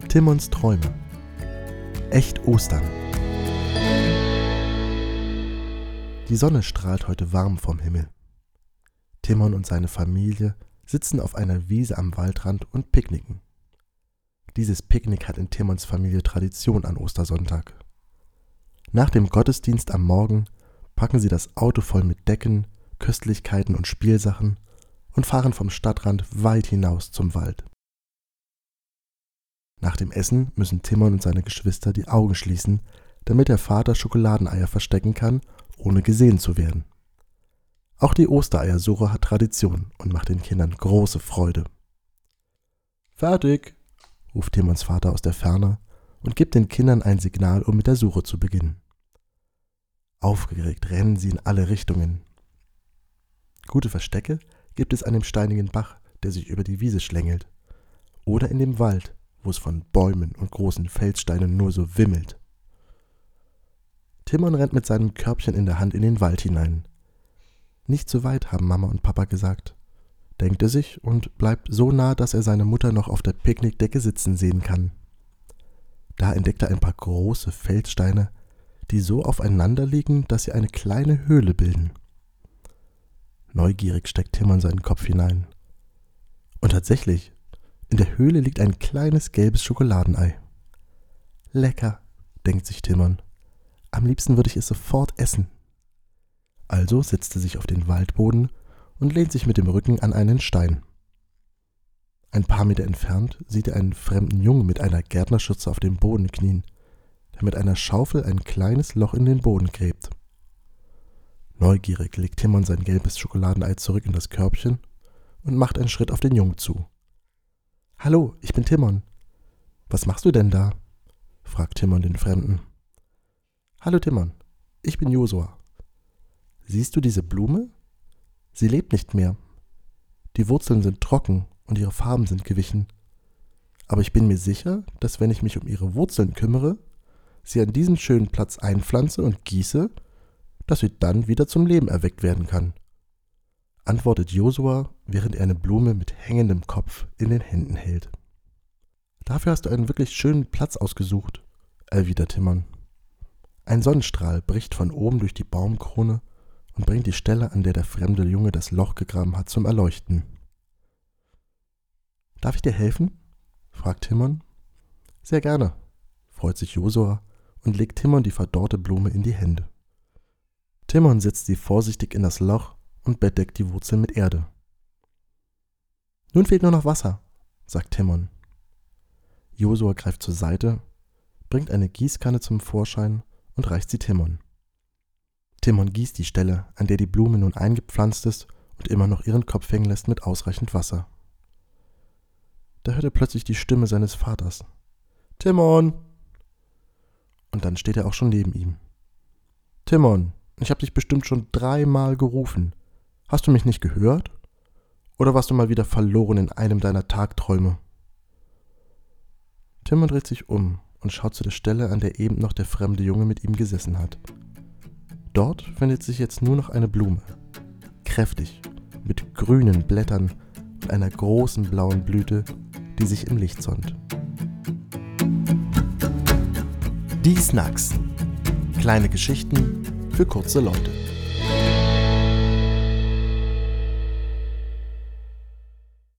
Timons Träume. Echt Ostern. Die Sonne strahlt heute warm vom Himmel. Timon und seine Familie sitzen auf einer Wiese am Waldrand und picknicken. Dieses Picknick hat in Timons Familie Tradition an Ostersonntag. Nach dem Gottesdienst am Morgen packen sie das Auto voll mit Decken, Köstlichkeiten und Spielsachen und fahren vom Stadtrand weit hinaus zum Wald. Nach dem Essen müssen Timon und seine Geschwister die Augen schließen, damit der Vater Schokoladeneier verstecken kann, ohne gesehen zu werden. Auch die Ostereiersuche hat Tradition und macht den Kindern große Freude. »Fertig«, ruft Timons Vater aus der Ferne und gibt den Kindern ein Signal, um mit der Suche zu beginnen. Aufgeregt rennen sie in alle Richtungen. Gute Verstecke gibt es an dem steinigen Bach, der sich über die Wiese schlängelt, oder in dem Wald, wo es von Bäumen und großen Felssteinen nur so wimmelt. Timon rennt mit seinem Körbchen in der Hand in den Wald hinein. Nicht zu weit, haben Mama und Papa gesagt, denkt er sich und bleibt so nah, dass er seine Mutter noch auf der Picknickdecke sitzen sehen kann. Da entdeckt er ein paar große Felssteine, die so aufeinander liegen, dass sie eine kleine Höhle bilden. Neugierig steckt Timon seinen Kopf hinein. Und tatsächlich, in der Höhle liegt ein kleines gelbes Schokoladenei. Lecker, denkt sich Timon. Am liebsten würde ich es sofort essen. Also setzt er sich auf den Waldboden und lehnt sich mit dem Rücken an einen Stein. Ein paar Meter entfernt sieht er einen fremden Jungen mit einer Gärtnerschürze auf dem Boden knien, der mit einer Schaufel ein kleines Loch in den Boden gräbt. Neugierig legt Timon sein gelbes Schokoladenei zurück in das Körbchen und macht einen Schritt auf den Jungen zu. »Hallo, ich bin Timon. Was machst du denn da?« fragt Timon den Fremden. »Hallo Timon, ich bin Josua. Siehst du diese Blume? Sie lebt nicht mehr. Die Wurzeln sind trocken und ihre Farben sind gewichen. Aber ich bin mir sicher, dass wenn ich mich um ihre Wurzeln kümmere, sie an diesen schönen Platz einpflanze und gieße, dass sie dann wieder zum Leben erweckt werden kann«, antwortet Josua, während er eine Blume mit hängendem Kopf in den Händen hält. »Dafür hast du einen wirklich schönen Platz ausgesucht«, erwidert Timon. Ein Sonnenstrahl bricht von oben durch die Baumkrone und bringt die Stelle, an der der fremde Junge das Loch gegraben hat, zum Erleuchten. »Darf ich dir helfen?« fragt Timon. »Sehr gerne«, freut sich Josua und legt Timon die verdorrte Blume in die Hände. Timon setzt sie vorsichtig in das Loch und bedeckt die Wurzeln mit Erde. »Nun fehlt nur noch Wasser«, sagt Timon. Josua greift zur Seite, bringt eine Gießkanne zum Vorschein und reicht sie Timon. Timon gießt die Stelle, an der die Blume nun eingepflanzt ist und immer noch ihren Kopf hängen lässt, mit ausreichend Wasser. Da hört er plötzlich die Stimme seines Vaters. »Timon!« Und dann steht er auch schon neben ihm. »Timon, ich habe dich bestimmt schon 3-mal gerufen. Hast du mich nicht gehört? Oder warst du mal wieder verloren in einem deiner Tagträume?« Timon dreht sich um und schaut zu der Stelle, an der eben noch der fremde Junge mit ihm gesessen hat. Dort findet sich jetzt nur noch eine Blume, kräftig, mit grünen Blättern und einer großen blauen Blüte, die sich im Licht sonnt. Die Snacks. Kleine Geschichten für kurze Leute.